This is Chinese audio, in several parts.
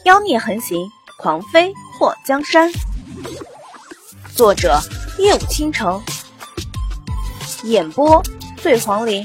妖孽横行，狂飞破江山。作者：夜舞倾城，演播：醉黄林。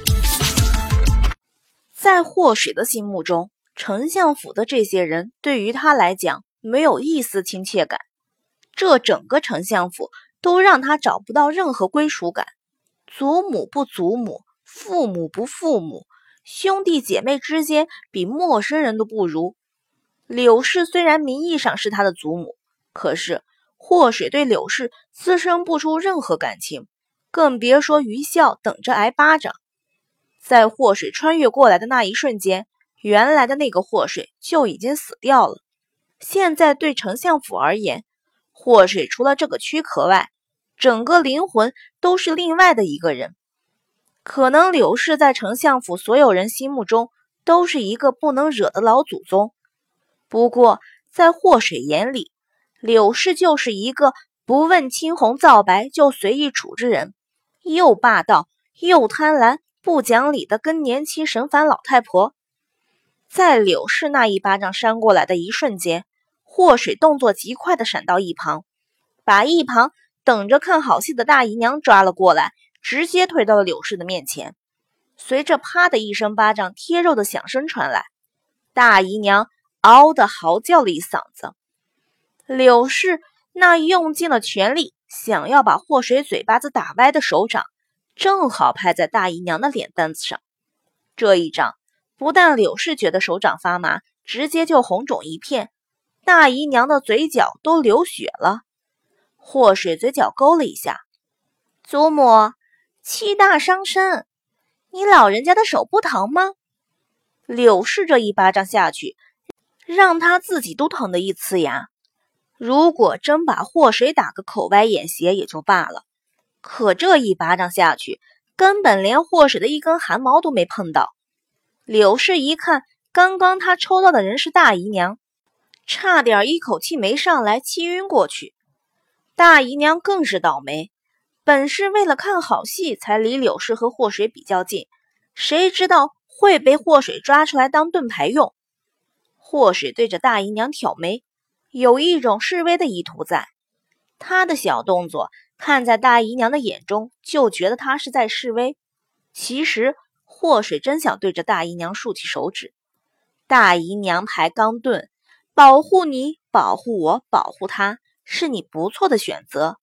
在祸水的心目中，丞相府的这些人对于他来讲没有一丝亲切感，这整个丞相府都让他找不到任何归属感。祖母不祖母，父母不父母，兄弟姐妹之间比陌生人都不如。柳氏虽然名义上是他的祖母，可是祸水对柳氏滋生不出任何感情，更别说愚孝等着挨巴掌。在祸水穿越过来的那一瞬间，原来的那个祸水就已经死掉了。现在对丞相府而言，祸水除了这个躯壳外，整个灵魂都是另外的一个人。可能柳氏在丞相府所有人心目中都是一个不能惹的老祖宗，不过在祸水眼里，柳氏就是一个不问青红皂白就随意处置人，又霸道又贪婪不讲理的更年期神烦老太婆。在柳氏那一巴掌扇过来的一瞬间，祸水动作极快地闪到一旁，把一旁等着看好戏的大姨娘抓了过来，直接推到了柳氏的面前。随着啪的一声巴掌贴肉的响声传来，大姨娘嗷的嚎叫了一嗓子。柳氏那用尽了全力想要把祸水嘴巴子打歪的手掌，正好拍在大姨娘的脸蛋子上。这一掌不但柳氏觉得手掌发麻，直接就红肿一片，大姨娘的嘴角都流血了。祸水嘴角勾了一下，祖母，气大伤身，你老人家的手不疼吗？柳氏这一巴掌下去，让他自己都疼得一呲牙。如果真把祸水打个口歪眼斜也就罢了，可这一巴掌下去，根本连祸水的一根汗毛都没碰到。柳氏一看，刚刚他抽到的人是大姨娘，差点一口气没上来，气晕过去。大姨娘更是倒霉，本是为了看好戏才离柳氏和祸水比较近，谁知道会被祸水抓出来当盾牌用。祸水对着大姨娘挑眉，有一种示威的意图在。他的小动作看在大姨娘的眼中，就觉得他是在示威。其实祸水真想对着大姨娘竖起手指。大姨娘排钢盾，保护你，保护我，保护他，是你不错的选择。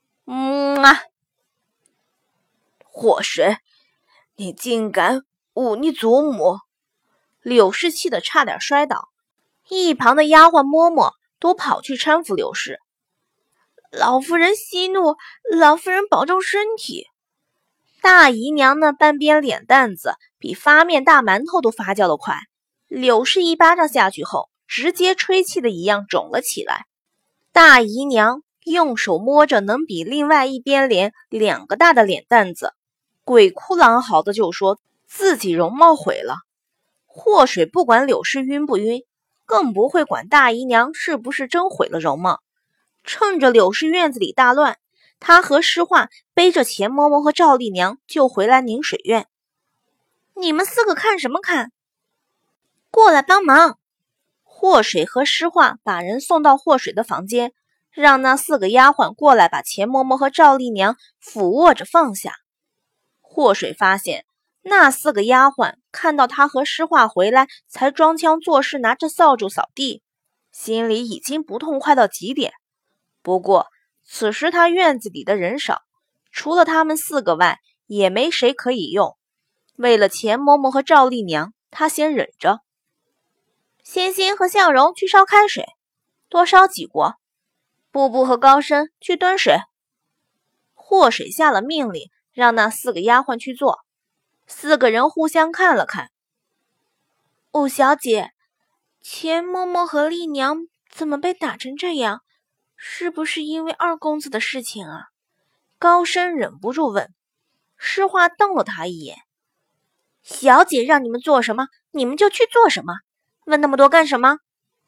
祸水，你竟敢忤逆祖母！柳氏气得差点摔倒，一旁的丫鬟嬷嬷都跑去搀扶柳氏。老夫人息怒，老夫人保重身体。大姨娘那半边脸蛋子比发面大馒头都发酵得快，柳氏一巴掌下去后，直接吹气的一样肿了起来。大姨娘用手摸着能比另外一边脸2个大的脸蛋子，鬼哭狼嚎的就说自己容貌毁了。祸水不管柳氏晕不晕，更不会管大姨娘是不是真毁了容貌。趁着柳氏院子里大乱，他和诗画背着钱嬷嬷和赵丽娘就回来宁水院。你们4个看什么看？过来帮忙！祸水和诗画把人送到祸水的房间，让那4个丫鬟过来把钱嬷嬷和赵丽娘俯卧着放下。祸水发现那4个丫鬟看到他和诗画回来，才装腔作势拿着扫帚扫地，心里已经不痛快到极点。不过此时他院子里的人少，除了他们4个外，也没谁可以用。为了钱嬷嬷和赵丽娘，他先忍着。欣欣和向荣去烧开水，多烧几锅。布布和高升去端水。祸水下了命令，让那4个丫鬟去做。4个人互相看了看。五小姐，钱嬷嬷和丽娘怎么被打成这样？是不是因为二公子的事情啊？高升忍不住问。诗画瞪了他一眼。小姐让你们做什么，你们就去做什么，问那么多干什么？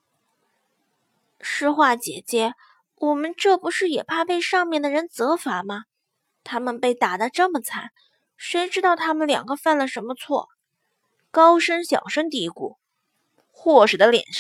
诗画姐姐，我们这不是也怕被上面的人责罚吗？他们被打得这么惨，谁知道他们2个犯了什么错？高升小声嘀咕。祸水的脸上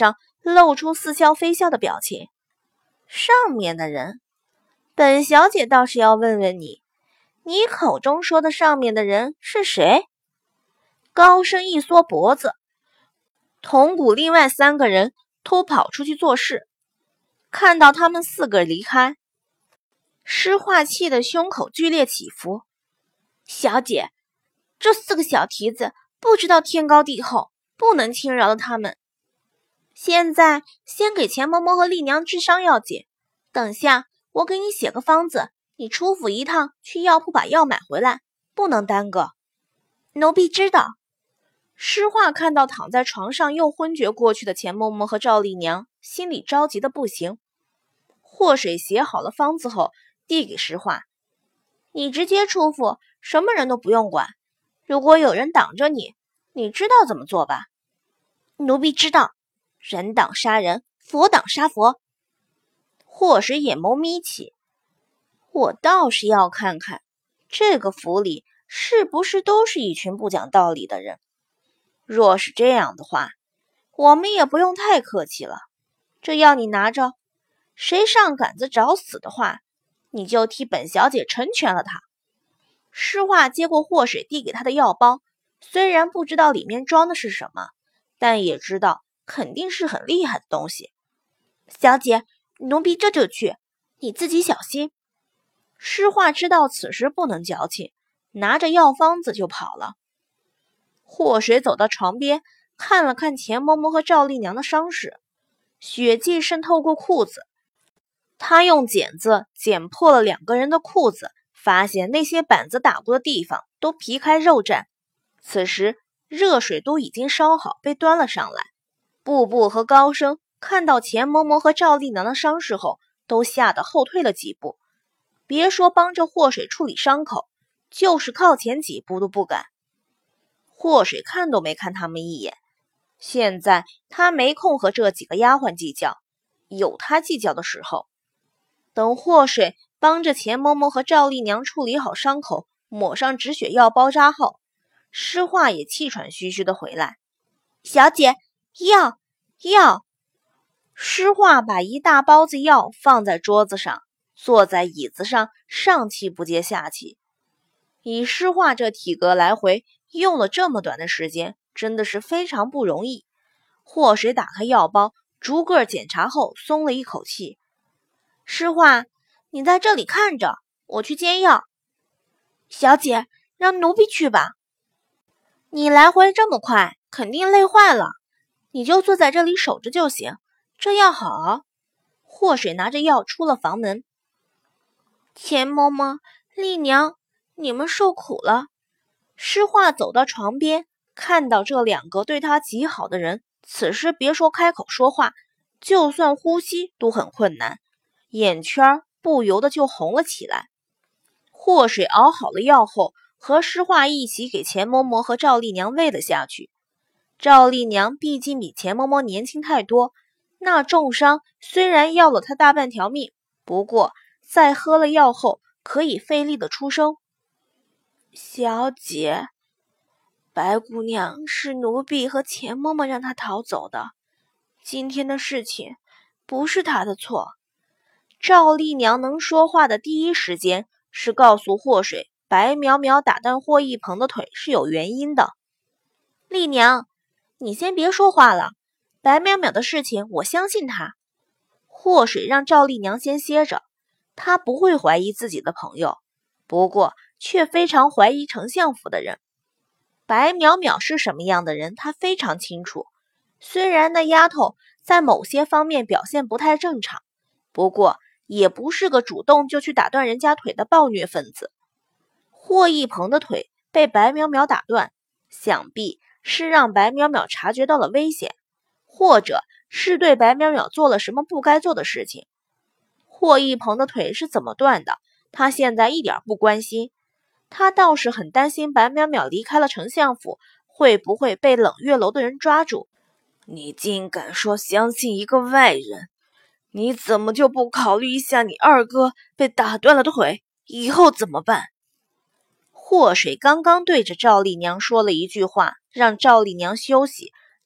露出似笑非笑的表情。上面的人，本小姐倒是要问问你，你口中说的上面的人是谁？高升一缩脖子，铜鼓另外3个人都跑出去做事。看到他们4个离开，诗画气的胸口剧烈起伏。小姐，这4个小蹄子不知道天高地厚，不能轻饶了他们。现在先给钱嬷嬷和丽娘治伤要紧，等下我给你写个方子，你出府一趟去药铺把药买回来，不能耽搁。奴婢知道。诗画看到躺在床上又昏厥过去的钱嬷嬷和赵丽娘，心里着急的不行。祸水写好了方子后递给诗画，你直接出府，什么人都不用管，如果有人挡着你，你知道怎么做吧？奴婢知道，人挡杀人，佛挡杀佛。祸水眼眸眯起，我倒是要看看这个府里是不是都是一群不讲道理的人。若是这样的话，我们也不用太客气了。这药你拿着，谁上杆子找死的话，你就替本小姐成全了他。诗画接过祸水递给他的药包，虽然不知道里面装的是什么，但也知道肯定是很厉害的东西。小姐，奴婢这就去，你自己小心。诗画知道此时不能矫情，拿着药方子就跑了。祸水走到床边，看了看钱嬷嬷和赵丽娘的伤势，血迹渗透过裤子。他用剪子剪破了2个人的裤子，发现那些板子打过的地方都皮开肉绽。此时热水都已经烧好，被端了上来。布布和高升看到钱嬷嬷和赵丽娘的伤势后，都吓得后退了几步，别说帮着祸水处理伤口，就是靠前几步都不敢。祸水看都没看他们一眼，现在他没空和这几个丫鬟计较，有他计较的时候。等祸水帮着钱嬷嬷和赵丽娘处理好伤口，抹上止血药包扎后，诗画也气喘吁吁的回来。小姐，药！诗画把一大包子药放在桌子上，坐在椅子上，上气不接下气。以诗画这体格来回用了这么短的时间，真的是非常不容易。祸水打开药包，逐个检查后松了一口气。诗画，你在这里看着，我去煎药。小姐，让奴婢去吧。你来回这么快，肯定累坏了，你就坐在这里守着就行，这药好。祸水拿着药出了房门。钱嬷嬷、丽娘，你们受苦了。诗画走到床边，看到这2个对他极好的人，此时别说开口说话，就算呼吸都很困难，眼圈不由得就红了起来。祸水熬好了药后，和诗画一起给钱嬷嬷和赵丽娘喂了下去。赵丽娘毕竟比钱嬷嬷年轻太多，那重伤虽然要了她大半条命，不过在喝了药后可以费力的出声。小姐，白姑娘是奴婢和钱嬷嬷让她逃走的，今天的事情不是她的错。赵丽娘能说话的第一时间是告诉祸水，白淼淼打断霍一鹏的腿是有原因的。丽娘，你先别说话了，白淼淼的事情我相信她。祸水让赵丽娘先歇着，她不会怀疑自己的朋友，不过却非常怀疑丞相府的人。白淼淼是什么样的人，她非常清楚。虽然那丫头在某些方面表现不太正常，不过也不是个主动就去打断人家腿的暴虐分子。霍一鹏的腿被白淼淼打断，想必是让白淼淼察觉到了危险，或者是对白淼淼做了什么不该做的事情。霍一鹏的腿是怎么断的，他现在一点不关心，他倒是很担心白淼淼离开了丞相府，会不会被冷月楼的人抓住。你竟敢说相信一个外人，你怎么就不考虑一下你二哥被打断了腿，以后怎么办？祸水刚刚对着赵丽娘说了一句话，让赵丽娘休息，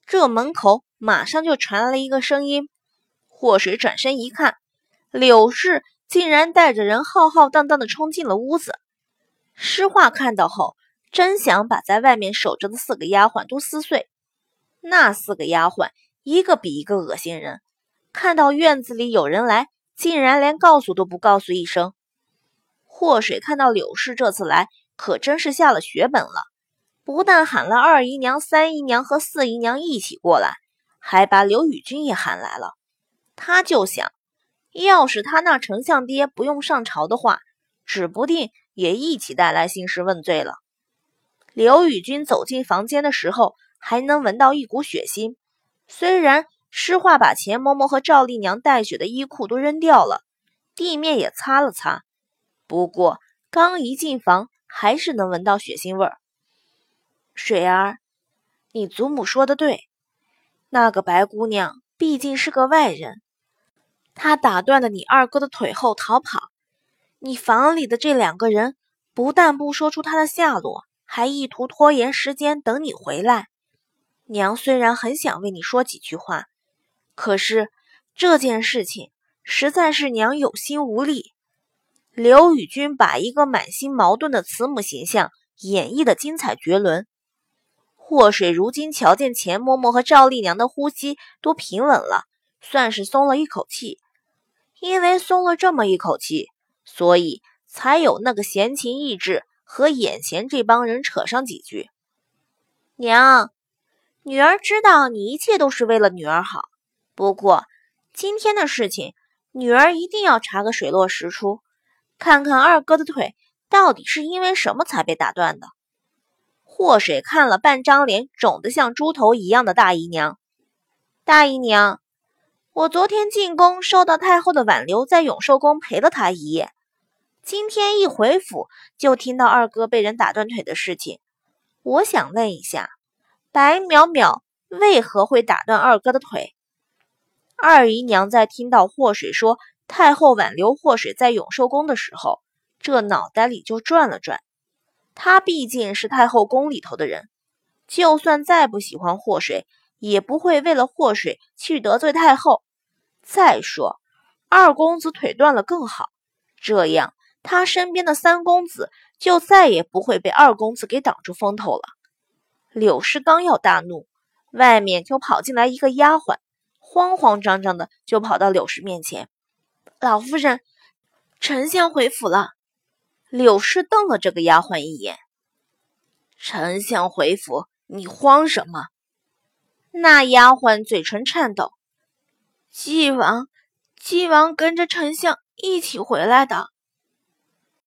这门口马上就传来了一个声音。祸水转身一看，柳氏竟然带着人浩浩荡荡地冲进了屋子。诗画看到后，真想把在外面守着的4个丫鬟都撕碎。那4个丫鬟一个比一个恶心人，看到院子里有人来，竟然连告诉都不告诉一声。祸水看到柳氏这次来，可真是下了血本了，不但喊了2姨娘、3姨娘和4姨娘一起过来，还把刘宇君也喊来了。他就想，要是他那丞相爹不用上朝的话，指不定也一起带来兴师问罪了。刘宇君走进房间的时候，还能闻到一股血腥。虽然诗画把钱嬷嬷和赵丽娘带血的衣裤都扔掉了，地面也擦了擦，不过刚一进房，还是能闻到血腥味儿。水儿，你祖母说的对，那个白姑娘毕竟是个外人，她打断了你二哥的腿后逃跑，你房里的这2个人不但不说出她的下落，还意图拖延时间等你回来。娘虽然很想为你说几句话，可是这件事情实在是娘有心无力。刘宇君把一个满心矛盾的慈母形象演绎得精彩绝伦。祸水如今瞧见钱嬷嬷和赵丽娘的呼吸都平稳了，算是松了一口气。因为松了这么一口气，所以才有那个闲情逸致和眼前这帮人扯上几句。娘，女儿知道你一切都是为了女儿好，不过今天的事情，女儿一定要查个水落石出，看看二哥的腿到底是因为什么才被打断的。祸水看了半张脸肿得像猪头一样的大姨娘。大姨娘，我昨天进宫收到太后的挽留，在永寿宫陪了她一夜。今天一回府就听到二哥被人打断腿的事情，我想问一下，白淼淼为何会打断二哥的腿？二姨娘在听到祸水说太后挽留祸水在永寿宫的时候，这脑袋里就转了转。她毕竟是太后宫里头的人，就算再不喜欢祸水，也不会为了祸水去得罪太后。再说，二公子腿断了更好，这样他身边的3公子就再也不会被2公子给挡住风头了。柳氏刚要大怒，外面就跑进来一个丫鬟，慌慌张张的就跑到柳氏面前。老夫人，丞相回府了。柳氏瞪了这个丫鬟一眼。丞相回府，你慌什么？那丫鬟嘴唇颤抖。纪王跟着丞相一起回来的。